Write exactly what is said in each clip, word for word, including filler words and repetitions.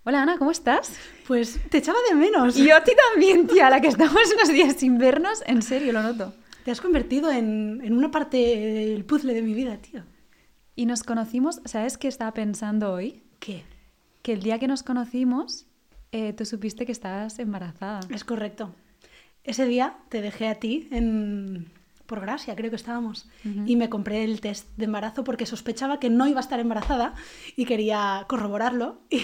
Hola Ana, ¿cómo estás? Pues te echaba de menos. Y yo a ti también, tía, la que estamos unos días sin vernos, en serio, lo noto. Te has convertido en, en una parte del puzzle de mi vida, tío. Y nos conocimos, ¿sabes qué estaba pensando hoy? ¿Qué? Que el día que nos conocimos, eh, tú supiste que estabas embarazada. Es correcto. Ese día te dejé a ti en... por Gracia, creo que estábamos. Ujú. Y me compré el test de embarazo porque sospechaba que no iba a estar embarazada y quería corroborarlo. Y,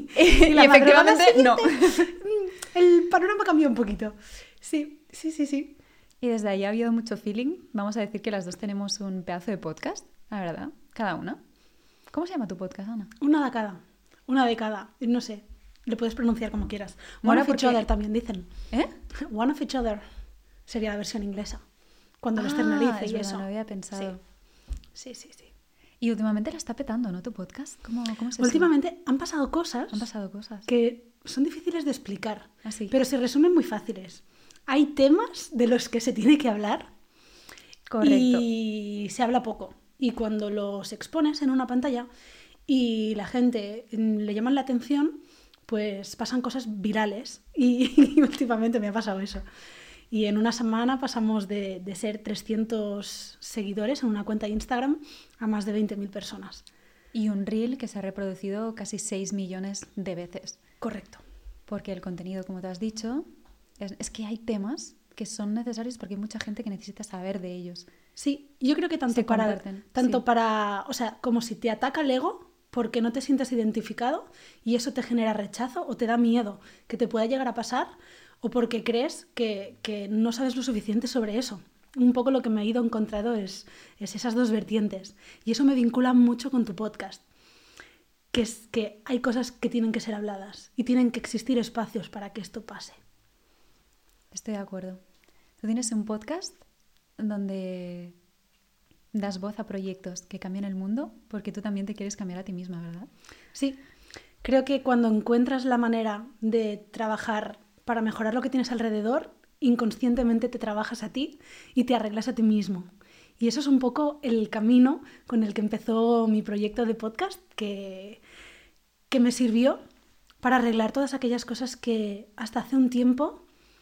Y la madrugada efectivamente, no. siguiente, el panorama cambió un poquito. Sí, sí, sí, sí. Y desde ahí ha habido mucho feeling. Vamos a decir que las dos tenemos un pedazo de podcast, la verdad, cada una. ¿Cómo se llama tu podcast, Ana? Una de cada. Una de cada. No sé. Le puedes pronunciar como quieras. One Mola of porque- each other también dicen. ¿Eh? One of each other sería la versión inglesa. Cuando lo Ah, externalice es y verdad, eso. no había pensado. Sí, sí, sí. sí. Y últimamente la está petando, ¿no? Tu podcast. ¿Cómo, cómo es eso? Últimamente han pasado cosas Han pasado cosas. que son difíciles de explicar, Así. pero se resumen muy fáciles. Hay temas de los que se tiene que hablar Correcto. y se habla poco. Y cuando los expones en una pantalla y la gente mm, le llaman la atención, pues pasan cosas virales. Y, y últimamente me ha pasado eso. Y en una semana pasamos de, de ser trescientos seguidores en una cuenta de Instagram a más de veinte mil personas. Y un reel que se ha reproducido casi seis millones de veces. Correcto. Porque el contenido, como te has dicho, es, es que hay temas que son necesarios porque hay mucha gente que necesita saber de ellos. Sí, yo creo que tanto Se para, convierten, tanto sí. para, o sea, como si te ataca el ego porque no te sientes identificado y eso te genera rechazo o te da miedo que te pueda llegar a pasar o porque crees que, que no sabes lo suficiente sobre eso. Un poco lo que me he ido encontrando es, es esas dos vertientes y eso me vincula mucho con tu podcast, que es que hay cosas que tienen que ser habladas y tienen que existir espacios para que esto pase. Estoy de acuerdo. Tú tienes un podcast donde das voz a proyectos que cambian el mundo porque tú también te quieres cambiar a ti misma, ¿verdad? Sí, creo que cuando encuentras la manera de trabajar para mejorar lo que tienes alrededor, inconscientemente te trabajas a ti y te arreglas a ti mismo. Y eso es un poco el camino con el que empezó mi proyecto de podcast, que, que me sirvió para arreglar todas aquellas cosas que hasta hace un tiempo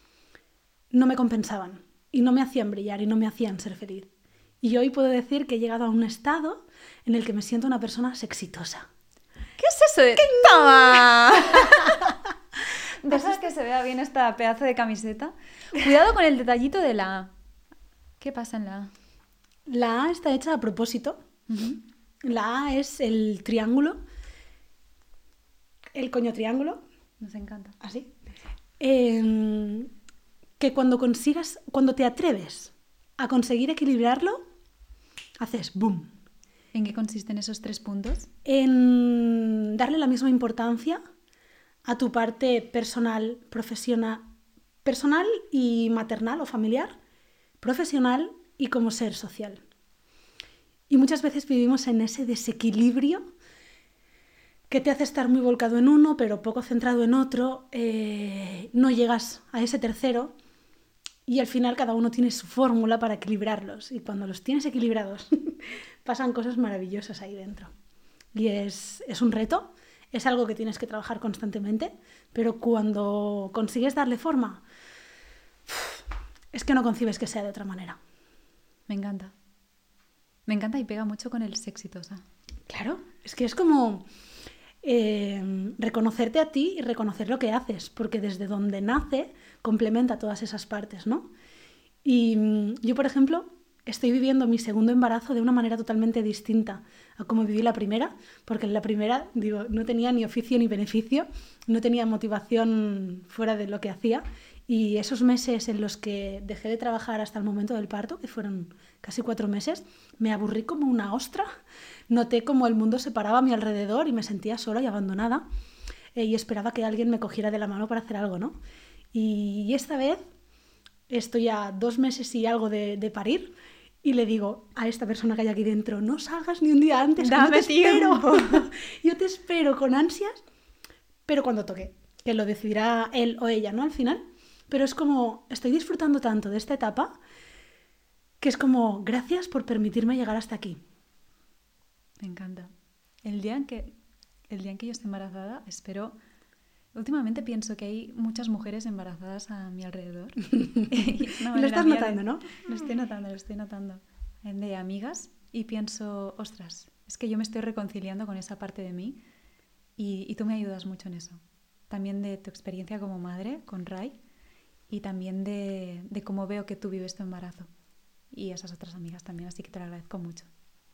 no me compensaban y no me hacían brillar y no me hacían ser feliz. Y hoy puedo decir que he llegado a un estado en el que me siento una persona exitosa. ¿Qué es eso de toma? ¿Dejas que se vea bien esta pedazo de camiseta? Cuidado con el detallito de la A. ¿Qué pasa en la A? La A está hecha a propósito. Uh-huh. La A es el triángulo, el coño triángulo, Nos encanta. así, eh, que cuando consigas, cuando te atreves a conseguir equilibrarlo, haces boom. ¿En qué consisten esos tres puntos? En darle la misma importancia a tu parte personal, profesional, personal y maternal o familiar, profesional y como ser social. Y muchas veces vivimos en ese desequilibrio que te hace estar muy volcado en uno, pero poco centrado en otro, eh, no llegas a ese tercero y al final cada uno tiene su fórmula para equilibrarlos. Y cuando los tienes equilibrados, pasan cosas maravillosas ahí dentro. Y es, es un reto, es algo que tienes que trabajar constantemente, pero cuando consigues darle forma, es que no concibes que sea de otra manera. Me encanta. Me encanta y pega mucho con el exitosa. Claro, es que es como eh, reconocerte a ti y reconocer lo que haces, porque desde donde nace complementa todas esas partes, ¿no? Y mm, yo, por ejemplo, estoy viviendo mi segundo embarazo de una manera totalmente distinta a como viví la primera, porque en la primera, digo, no tenía ni oficio ni beneficio, no tenía motivación fuera de lo que hacía, y esos meses en los que dejé de trabajar hasta el momento del parto, que fueron casi cuatro meses, me aburrí como una ostra, noté como el mundo se paraba a mi alrededor y me sentía sola y abandonada, eh, y esperaba que alguien me cogiera de la mano para hacer algo, ¿no? Y esta vez estoy a dos meses y algo de, de parir y le digo a esta persona que hay aquí dentro, no salgas ni un día antes, que yo Dame te espero. tiempo. Yo te espero con ansias, pero cuando toque, que lo decidirá él o ella, ¿no? Al final. Pero es como, estoy disfrutando tanto de esta etapa que es como, gracias por permitirme llegar hasta aquí. Me encanta. El día en que, el día en que yo esté embarazada, espero Últimamente pienso que hay muchas mujeres embarazadas a mi alrededor. Lo estás notando, de... ¿no? Lo estoy notando, lo estoy notando. De amigas y pienso, ostras, es que yo me estoy reconciliando con esa parte de mí y, y tú me ayudas mucho en eso. También de tu experiencia como madre con Rai y también de, de cómo veo que tú vives tu embarazo y esas otras amigas también, así que te lo agradezco mucho.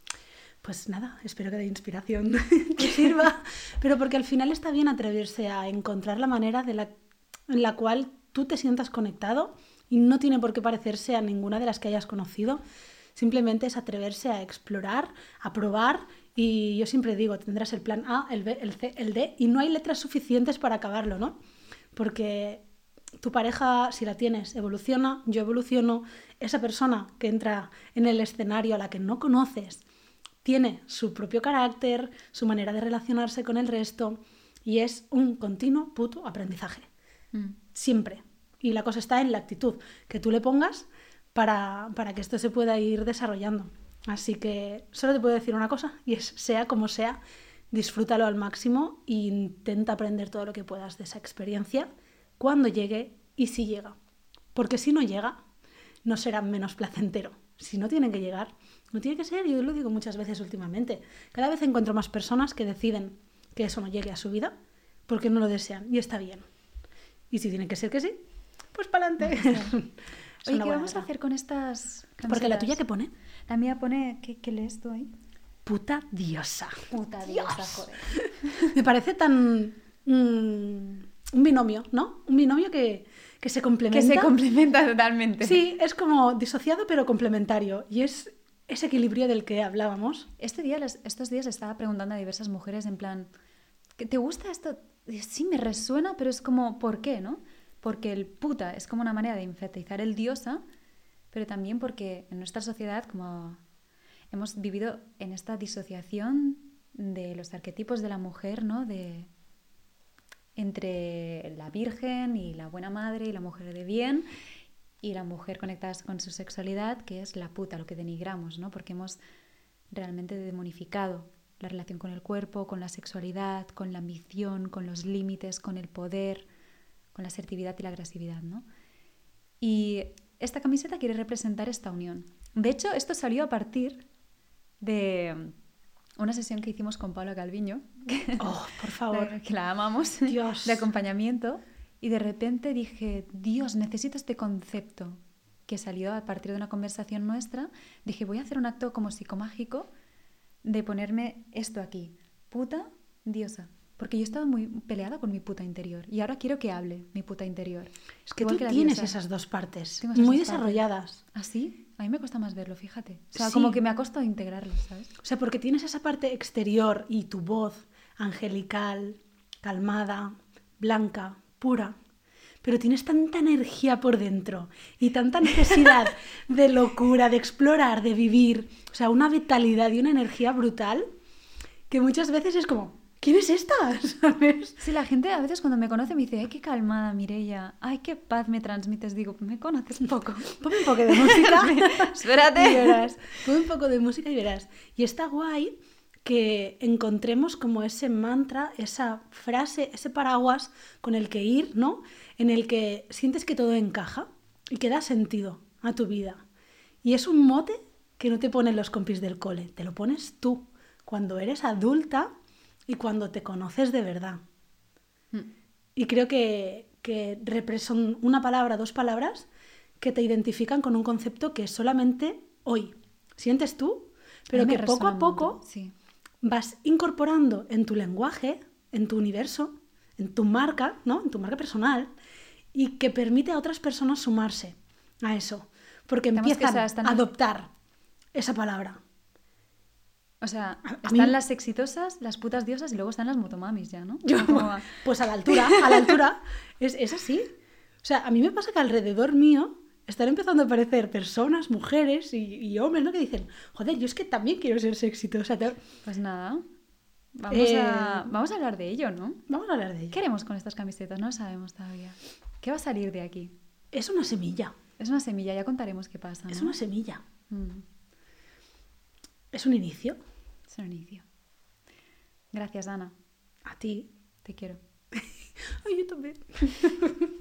Pues nada, espero que de inspiración te sirva, pero porque al final está bien atreverse a encontrar la manera de la, en la cual tú te sientas conectado y no tiene por qué parecerse a ninguna de las que hayas conocido, simplemente es atreverse a explorar, a probar y yo siempre digo, tendrás el plan A, el B, el C, el D y no hay letras suficientes para acabarlo, ¿no? Porque tu pareja, si la tienes, evoluciona, yo evoluciono, esa persona que entra en el escenario a la que no conoces, tiene su propio carácter, su manera de relacionarse con el resto y es un continuo puto aprendizaje. Mm. Siempre. Y la cosa está en la actitud que tú le pongas para, para que esto se pueda ir desarrollando. Así que solo te puedo decir una cosa y es, sea como sea, disfrútalo al máximo e intenta aprender todo lo que puedas de esa experiencia cuando llegue y si llega. Porque si no llega, no será menos placentero. Si no tiene que llegar, no tiene que ser, yo lo digo muchas veces últimamente. Cada vez encuentro más personas que deciden que eso no llegue a su vida porque no lo desean y está bien. Y si tiene que ser que sí, pues para adelante. Oye, ¿qué vamos a hacer con estas camisetas? Porque la tuya, ¿qué pone? La mía pone, ¿qué, qué lees tú ahí? Puta diosa. Puta diosa, joder. Me parece tan... Mmm, un binomio, ¿no? Un binomio que, que se complementa. Que se complementa totalmente. Sí, es como disociado pero complementario. Y es ese equilibrio del que hablábamos. Este día, estos días estaba preguntando a diversas mujeres en plan, ¿te gusta esto? Sí, me resuena, pero es como, ¿por qué, no? Porque el puta es como una manera de enfatizar el diosa, pero también porque en nuestra sociedad como hemos vivido en esta disociación de los arquetipos de la mujer, ¿no? De... entre la virgen y la buena madre y la mujer de bien y la mujer conectada con su sexualidad, que es la puta, lo que denigramos, ¿no? Porque hemos realmente demonificado la relación con el cuerpo, con la sexualidad, con la ambición, con los límites, con el poder, con la asertividad y la agresividad, ¿no? Y esta camiseta quiere representar esta unión. De hecho, esto salió a partir de una sesión que hicimos con Paula Calviño, oh, por favor, que la amamos, Dios. de acompañamiento, y de repente dije, Dios, necesito este concepto que salió a partir de una conversación nuestra. Dije, voy a hacer un acto como psicomágico de ponerme esto aquí, puta, diosa, porque yo estaba muy peleada con mi puta interior y ahora quiero que hable mi puta interior. Es que Igual tú que tienes diosa. Esas dos partes esas muy dos desarrolladas. Partes. ¿Ah, sí? A mí me cuesta más verlo, fíjate. O sea, sí. Como que me ha costado integrarlo, ¿sabes? O sea, porque tienes esa parte exterior y tu voz angelical, calmada, blanca, pura, pero tienes tanta energía por dentro y tanta necesidad de locura, de explorar, de vivir, o sea, una vitalidad y una energía brutal que muchas veces es como, ¿quién es esta? ¿Sabes? Sí, la gente a veces cuando me conoce me dice, ay, qué calmada, Mireia, ay, qué paz me transmites. Digo, me conoces un poco. Ponme un poco de música. Espérate. Y verás. Ponme un poco de música y verás. Y está guay que encontremos como ese mantra, esa frase, ese paraguas con el que ir, ¿no? En el que sientes que todo encaja y que da sentido a tu vida. Y es un mote que no te ponen los compis del cole, te lo pones tú cuando eres adulta y cuando te conoces de verdad. Mm. Y creo que, que son una palabra, dos palabras que te identifican con un concepto que solamente hoy sientes tú, pero que poco a poco sí. vas incorporando en tu lenguaje, en tu universo, en tu marca, ¿no? En tu marca personal, y que permite a otras personas sumarse a eso, porque Tenemos empiezan a están... adoptar esa palabra. O sea, a, a están mí... las exitosas, las putas diosas y luego están las motomamis ya, ¿no? Yo, pues a la altura, a la altura, es, es así. O sea, a mí me pasa que alrededor mío están empezando a aparecer personas, mujeres y, y hombres, ¿no? Que dicen, joder, yo es que también quiero ser exitosa. Pues nada, vamos, eh... a, vamos a hablar de ello, ¿no? Vamos a hablar de ello. ¿Qué haremos con estas camisetas? No lo sabemos todavía. ¿Qué va a salir de aquí? Es una semilla. Es una semilla, ya contaremos qué pasa, ¿no? Es una semilla. Mm. Es un inicio. Es un inicio. Gracias, Ana. A ti. Te quiero. Ay, yo también.